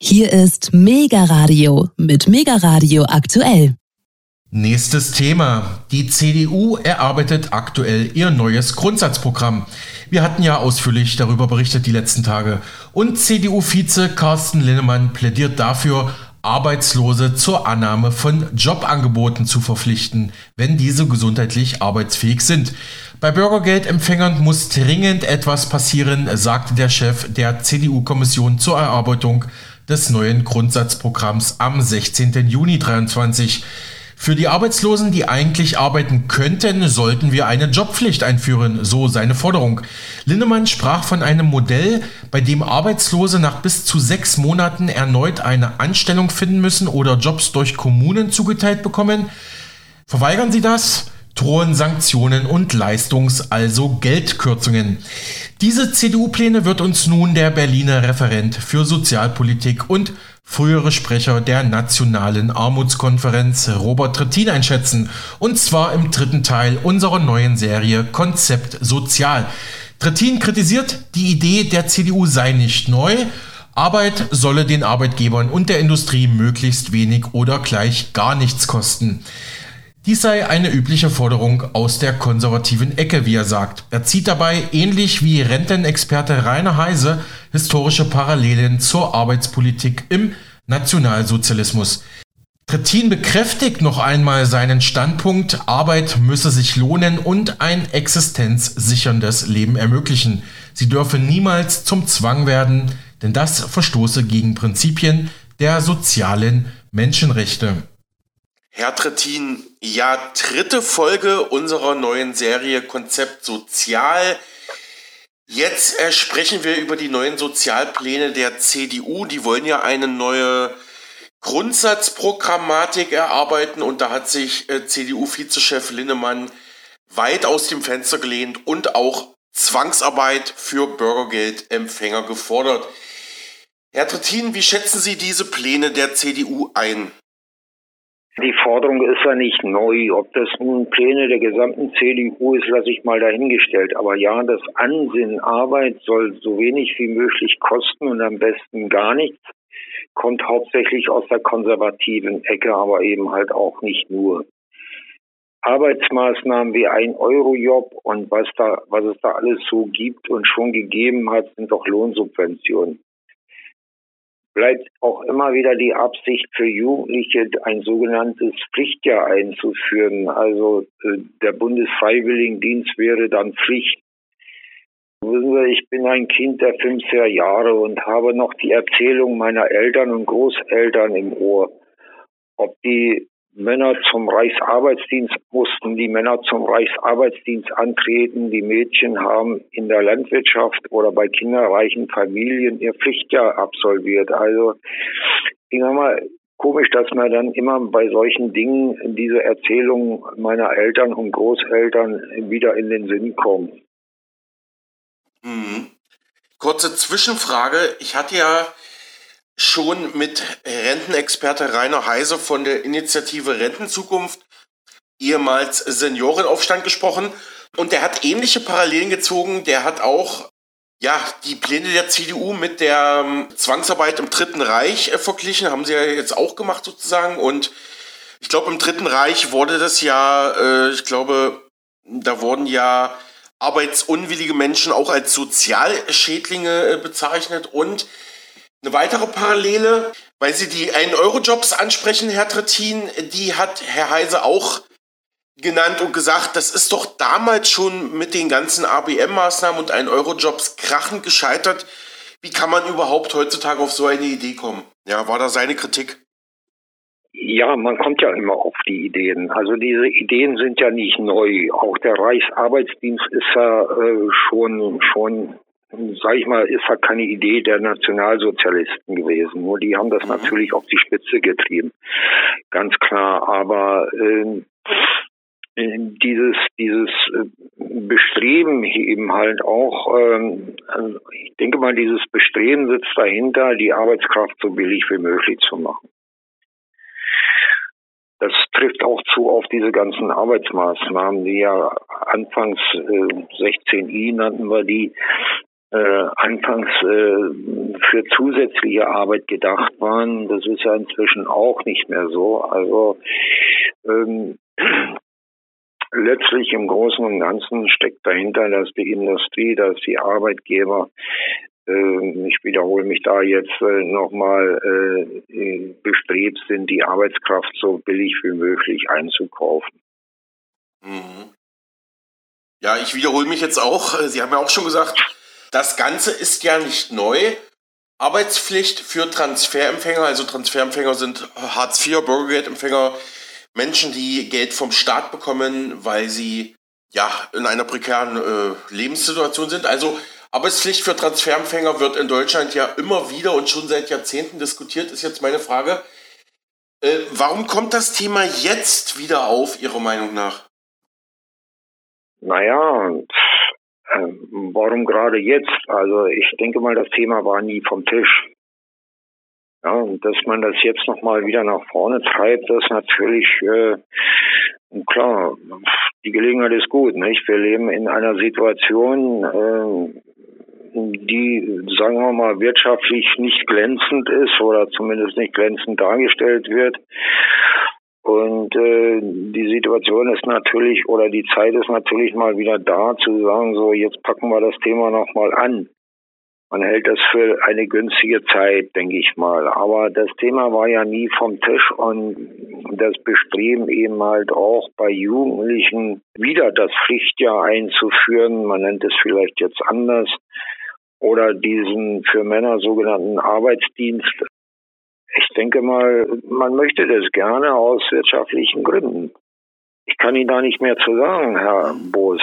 Hier ist Mega Radio mit Mega Radio aktuell. Nächstes Thema. Die CDU erarbeitet aktuell ihr neues Grundsatzprogramm. Wir hatten ja ausführlich darüber berichtet die letzten Tage. Und CDU-Vize Carsten Linnemann plädiert dafür, Arbeitslose zur Annahme von Jobangeboten zu verpflichten, wenn diese gesundheitlich arbeitsfähig sind. Bei Bürgergeldempfängern muss dringend etwas passieren, sagte der Chef der CDU-Kommission zur Erarbeitung des neuen Grundsatzprogramms am 16. Juni 2023. Für die Arbeitslosen, die eigentlich arbeiten könnten, sollten wir eine Jobpflicht einführen, so seine Forderung. Linnemann sprach von einem Modell, bei dem Arbeitslose nach bis zu 6 Monaten erneut eine Anstellung finden müssen oder Jobs durch Kommunen zugeteilt bekommen. Verweigern sie das, drohen Sanktionen und also Geldkürzungen. Diese CDU-Pläne wird uns nun der Berliner Referent für Sozialpolitik und frühere Sprecher der Nationalen Armutskonferenz Robert Trittin einschätzen, und zwar im 3. Teil unserer neuen Serie Konzept Sozial. Trittin kritisiert, die Idee der CDU sei nicht neu, Arbeit solle den Arbeitgebern und der Industrie möglichst wenig oder gleich gar nichts kosten. Dies sei eine übliche Forderung aus der konservativen Ecke, wie er sagt. Er zieht dabei, ähnlich wie Rentenexperte Rainer Heise, historische Parallelen zur Arbeitspolitik im Nationalsozialismus. Trittin bekräftigt noch einmal seinen Standpunkt, Arbeit müsse sich lohnen und ein existenzsicherndes Leben ermöglichen. Sie dürfe niemals zum Zwang werden, denn das verstoße gegen Prinzipien der sozialen Menschenrechte. Herr Trittin, ja, 3. Folge unserer neuen Serie Konzept Sozial. Jetzt sprechen wir über die neuen Sozialpläne der CDU. Die wollen ja eine neue Grundsatzprogrammatik erarbeiten, und da hat sich CDU-Vizechef Linnemann weit aus dem Fenster gelehnt und auch Zwangsarbeit für Bürgergeldempfänger gefordert. Herr Trittin, wie schätzen Sie diese Pläne der CDU ein? Die Forderung ist ja nicht neu. Ob das nun Pläne der gesamten CDU ist, lasse ich mal dahingestellt. Aber ja, das Ansinnen, Arbeit soll so wenig wie möglich kosten und am besten gar nichts, kommt hauptsächlich aus der konservativen Ecke, aber eben halt auch nicht nur. Arbeitsmaßnahmen wie 1-Euro-Job und was es da alles so gibt und schon gegeben hat, sind doch Lohnsubventionen. Bleibt auch immer wieder die Absicht für Jugendliche, ein sogenanntes Pflichtjahr einzuführen. Also der Bundesfreiwilligendienst wäre dann Pflicht. Wissen Sie, ich bin ein Kind der 50er Jahre und habe noch die Erzählung meiner Eltern und Großeltern im Ohr. Ob die Männer zum Reichsarbeitsdienst mussten, die Männer zum Reichsarbeitsdienst antreten, die Mädchen haben in der Landwirtschaft oder bei kinderreichen Familien ihr Pflichtjahr absolviert. Also, ich sag mal, komisch, dass mir dann immer bei solchen Dingen diese Erzählungen meiner Eltern und Großeltern wieder in den Sinn kommen. Kurze Zwischenfrage. Ich hatte ja schon mit Rentenexperte Rainer Heise von der Initiative Rentenzukunft, ehemals Seniorenaufstand, gesprochen, und der hat ähnliche Parallelen gezogen. Der hat auch die Pläne der CDU mit der Zwangsarbeit im Dritten Reich verglichen, haben sie ja jetzt auch gemacht sozusagen, und ich glaube, im Dritten Reich wurde das da wurden ja arbeitsunwillige Menschen auch als Sozialschädlinge bezeichnet. Und eine weitere Parallele, weil Sie die 1-Euro-Jobs ansprechen, Herr Trittin, die hat Herr Heise auch genannt und gesagt, das ist doch damals schon mit den ganzen ABM-Maßnahmen und 1-Euro-Jobs krachend gescheitert. Wie kann man überhaupt heutzutage auf so eine Idee kommen? Ja, war da seine Kritik? Ja, man kommt ja immer auf die Ideen. Also diese Ideen sind ja nicht neu. Auch der Reichsarbeitsdienst ist ja schon, sag ich mal, ist ja keine Idee der Nationalsozialisten gewesen. Nur die haben das natürlich auf die Spitze getrieben. Ganz klar. Aber dieses Bestreben eben halt auch, ich denke mal, dieses Bestreben sitzt dahinter, die Arbeitskraft so billig wie möglich zu machen. Das trifft auch zu auf diese ganzen Arbeitsmaßnahmen, die ja anfangs 16i nannten wir die, anfangs für zusätzliche Arbeit gedacht waren. Das ist ja inzwischen auch nicht mehr so. Also letztlich im Großen und Ganzen steckt dahinter, dass die Industrie, dass die Arbeitgeber, ich wiederhole mich da jetzt nochmal, bestrebt sind, die Arbeitskraft so billig wie möglich einzukaufen. Mhm. Ja, ich wiederhole mich jetzt auch. Sie haben ja auch schon gesagt, das Ganze ist ja nicht neu. Arbeitspflicht für Transferempfänger, also Transferempfänger sind Hartz IV, Bürgergeldempfänger, Menschen, die Geld vom Staat bekommen, weil sie ja in einer prekären Lebenssituation sind. Also Arbeitspflicht für Transferempfänger wird in Deutschland ja immer wieder und schon seit Jahrzehnten diskutiert. Ist jetzt meine Frage, warum kommt das Thema jetzt wieder auf, Ihrer Meinung nach? Naja, warum gerade jetzt? Also ich denke mal, das Thema war nie vom Tisch. Ja, und dass man das jetzt nochmal wieder nach vorne treibt, das ist natürlich, klar, die Gelegenheit ist gut, nicht? Wir leben in einer Situation, die, sagen wir mal, wirtschaftlich nicht glänzend ist oder zumindest nicht glänzend dargestellt wird. Und die Situation ist natürlich, oder die Zeit ist natürlich mal wieder da, zu sagen, so, jetzt packen wir das Thema nochmal an. Man hält das für eine günstige Zeit, denke ich mal. Aber das Thema war ja nie vom Tisch und das Bestreben eben halt auch bei Jugendlichen wieder das Pflichtjahr einzuführen. Man nennt es vielleicht jetzt anders. Oder diesen für Männer sogenannten Arbeitsdienst. Ich denke mal, man möchte das gerne aus wirtschaftlichen Gründen. Ich kann Ihnen da nicht mehr zu sagen, Herr Boos.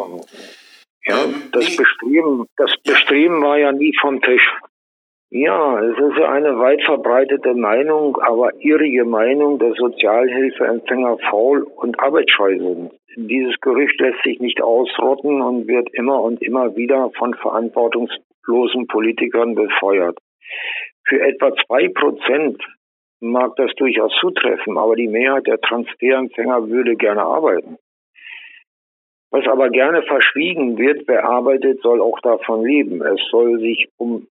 Das Bestreben war ja nie vom Tisch. Ja, es ist ja eine weit verbreitete Meinung, aber irrige Meinung, dass Sozialhilfeempfänger faul und arbeitsscheu sind. Dieses Gerücht lässt sich nicht ausrotten und wird immer und immer wieder von verantwortungslosen Politikern befeuert. Für etwa 2% mag das durchaus zutreffen, aber die Mehrheit der Transferempfänger würde gerne arbeiten. Was aber gerne verschwiegen wird, wer arbeitet, soll auch davon leben. Es soll sich und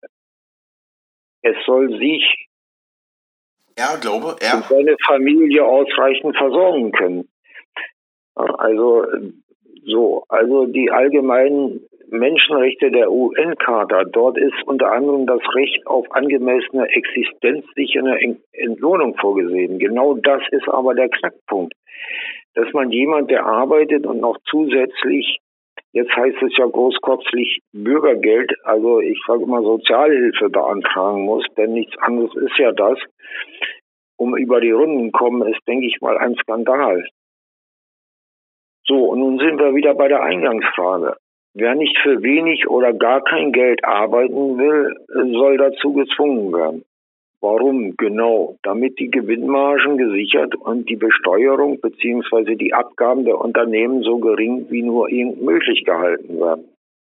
seine Familie ausreichend versorgen können. Also die allgemeinen Menschenrechte der UN-Charta, dort ist unter anderem das Recht auf angemessene existenzsichernde Entlohnung vorgesehen. Genau das ist aber der Knackpunkt. Dass man jemand, der arbeitet und noch zusätzlich, jetzt heißt es ja großkotzig Bürgergeld, also ich sage immer Sozialhilfe beantragen muss, denn nichts anderes ist ja das, um über die Runden kommen, ist, denke ich mal, ein Skandal. So, und nun sind wir wieder bei der Eingangsfrage. Wer nicht für wenig oder gar kein Geld arbeiten will, soll dazu gezwungen werden. Warum? Genau, damit die Gewinnmargen gesichert und die Besteuerung bzw. die Abgaben der Unternehmen so gering wie nur irgend möglich gehalten werden.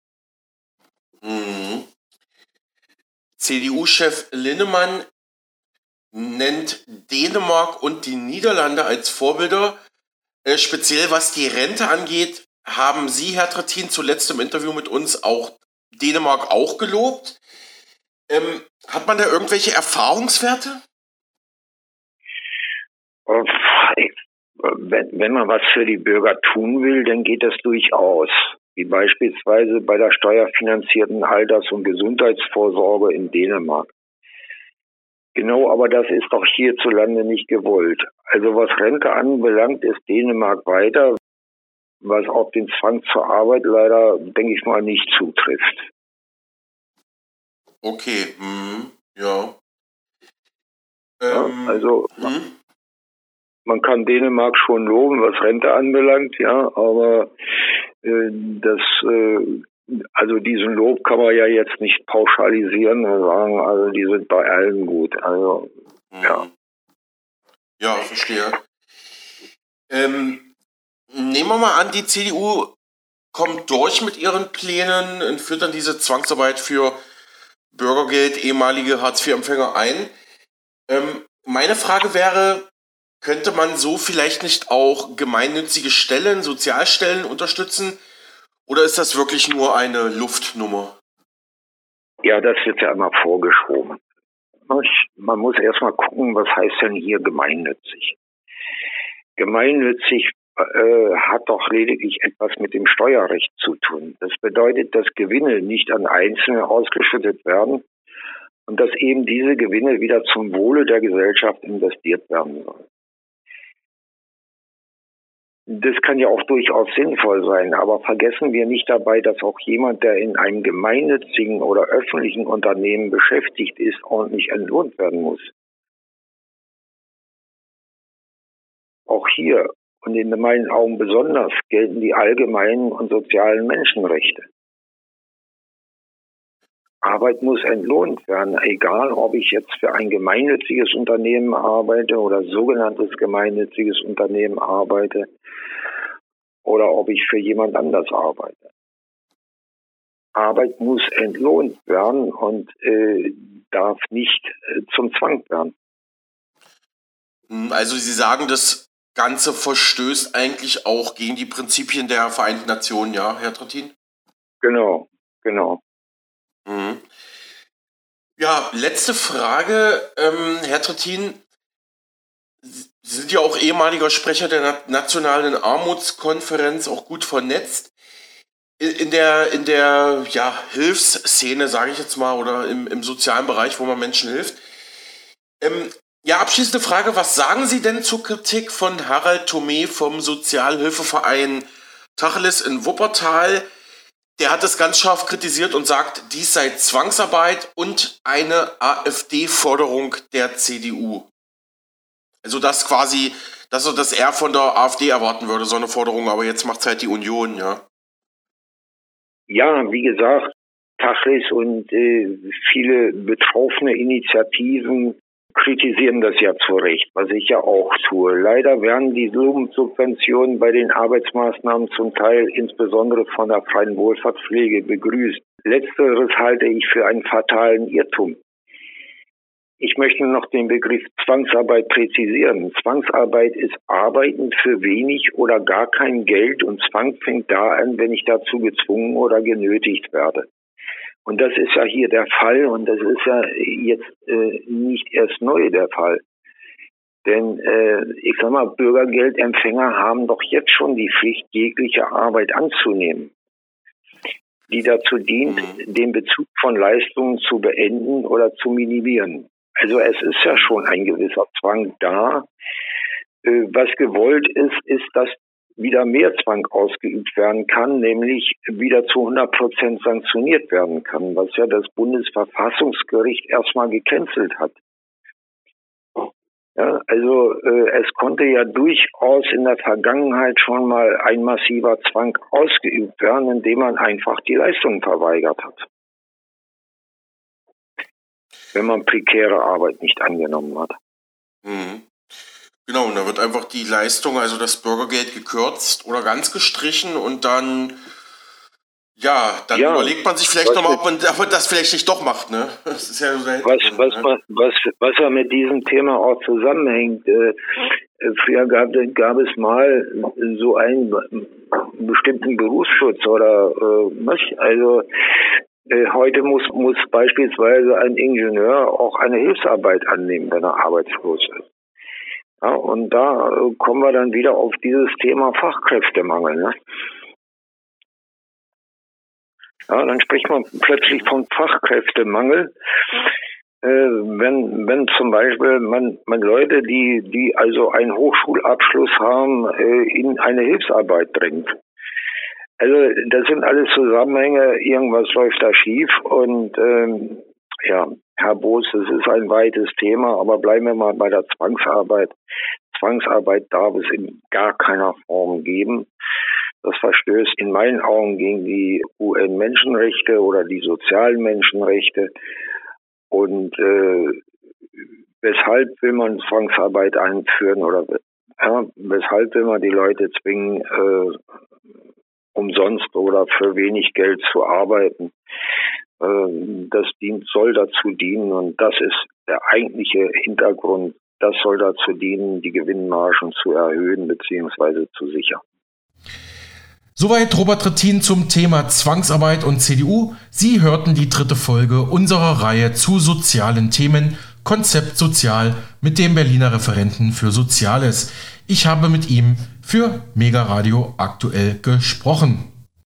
Mhm. CDU-Chef Linnemann nennt Dänemark und die Niederlande als Vorbilder. Speziell was die Rente angeht, haben Sie, Herr Trittin, zuletzt im Interview mit uns auch Dänemark auch gelobt. Hat man da irgendwelche Erfahrungswerte? Wenn man was für die Bürger tun will, dann geht das durchaus. Wie beispielsweise bei der steuerfinanzierten Alters- und Gesundheitsvorsorge in Dänemark. Genau, aber das ist doch hierzulande nicht gewollt. Also was Rente anbelangt, ist Dänemark weiter, was auf den Zwang zur Arbeit leider, denke ich mal, nicht zutrifft. Okay, ja. Man kann Dänemark schon loben, was Rente anbelangt, ja, aber diesen Lob kann man ja jetzt nicht pauschalisieren und sagen, also die sind bei allen gut. Also, ja. Ja, verstehe. Nehmen wir mal an, die CDU kommt durch mit ihren Plänen und führt dann diese Zwangsarbeit für Bürgergeld, ehemalige Hartz-IV-Empfänger ein. Meine Frage wäre, könnte man so vielleicht nicht auch gemeinnützige Stellen, Sozialstellen unterstützen? Oder ist das wirklich nur eine Luftnummer? Ja, das wird ja immer vorgeschoben. Man muss erstmal gucken, was heißt denn hier gemeinnützig? Gemeinnützig hat doch lediglich etwas mit dem Steuerrecht zu tun. Das bedeutet, dass Gewinne nicht an Einzelne ausgeschüttet werden und dass eben diese Gewinne wieder zum Wohle der Gesellschaft investiert werden sollen. Das kann ja auch durchaus sinnvoll sein, aber vergessen wir nicht dabei, dass auch jemand, der in einem gemeinnützigen oder öffentlichen Unternehmen beschäftigt ist, ordentlich entlohnt werden muss. Auch hier und in meinen Augen besonders gelten die allgemeinen und sozialen Menschenrechte. Arbeit muss entlohnt werden, egal ob ich jetzt für ein gemeinnütziges Unternehmen arbeite oder sogenanntes gemeinnütziges Unternehmen arbeite oder ob ich für jemand anders arbeite. Arbeit muss entlohnt werden und darf nicht zum Zwang werden. Also Sie sagen, das Ganze verstößt eigentlich auch gegen die Prinzipien der Vereinten Nationen, ja, Herr Trittin? Genau. Mhm. Ja, letzte Frage, Herr Trittin. Sie sind ja auch ehemaliger Sprecher der Nationalen Armutskonferenz, auch gut vernetzt. In der Hilfsszene, sage ich jetzt mal, oder im sozialen Bereich, wo man Menschen hilft. Abschließende Frage, was sagen Sie denn zur Kritik von Harald Thome vom Sozialhilfeverein Tacheles in Wuppertal? Der hat es ganz scharf kritisiert und sagt, dies sei Zwangsarbeit und eine AfD-Forderung der CDU. Also das er von der AfD erwarten würde, so eine Forderung, aber jetzt macht es halt die Union, ja. Ja, wie gesagt, Tacheles und viele betroffene Initiativen kritisieren das ja zu Recht, was ich ja auch tue. Leider werden die Subventionen bei den Arbeitsmaßnahmen zum Teil insbesondere von der freien Wohlfahrtspflege begrüßt. Letzteres halte ich für einen fatalen Irrtum. Ich möchte noch den Begriff Zwangsarbeit präzisieren. Zwangsarbeit ist Arbeiten für wenig oder gar kein Geld und Zwang fängt da an, wenn ich dazu gezwungen oder genötigt werde. Und das ist ja hier der Fall und das ist ja jetzt nicht erst neu der Fall. Denn ich sag mal, Bürgergeldempfänger haben doch jetzt schon die Pflicht, jegliche Arbeit anzunehmen, die dazu dient, den Bezug von Leistungen zu beenden oder zu minimieren. Also es ist ja schon ein gewisser Zwang da. Was gewollt ist, dass wieder mehr Zwang ausgeübt werden kann, nämlich wieder zu 100% sanktioniert werden kann, was ja das Bundesverfassungsgericht erstmal gecancelt hat. Ja, also es konnte ja durchaus in der Vergangenheit schon mal ein massiver Zwang ausgeübt werden, indem man einfach die Leistung verweigert hat, wenn man prekäre Arbeit nicht angenommen hat. Mhm. Genau, und da wird einfach die Leistung, also das Bürgergeld gekürzt oder ganz gestrichen und dann überlegt man sich vielleicht nochmal, ob man das vielleicht nicht doch macht, ne? Das ist ja so was ja mit diesem Thema auch zusammenhängt. Früher gab es mal so einen bestimmten Berufsschutz oder also heute muss beispielsweise ein Ingenieur auch eine Hilfsarbeit annehmen, wenn er arbeitslos ist. Ja, und da kommen wir dann wieder auf dieses Thema Fachkräftemangel. Ne? Ja, dann spricht man plötzlich von Fachkräftemangel, wenn zum Beispiel man Leute, die also einen Hochschulabschluss haben, in eine Hilfsarbeit drängt. Also das sind alles Zusammenhänge, irgendwas läuft da schief und Herr Boos, das ist ein weites Thema, aber bleiben wir mal bei der Zwangsarbeit. Zwangsarbeit darf es in gar keiner Form geben. Das verstößt in meinen Augen gegen die UN-Menschenrechte oder die sozialen Menschenrechte. Und weshalb will man Zwangsarbeit einführen oder weshalb will man die Leute zwingen, umsonst oder für wenig Geld zu arbeiten? Das soll dazu dienen und das ist der eigentliche Hintergrund. Das soll dazu dienen, die Gewinnmargen zu erhöhen bzw. zu sichern. Soweit Robert Trittin zum Thema Zwangsarbeit und CDU. Sie hörten die 3. Folge unserer Reihe zu sozialen Themen, Konzept Sozial, mit dem Berliner Referenten für Soziales. Ich habe mit ihm für Mega Radio aktuell gesprochen.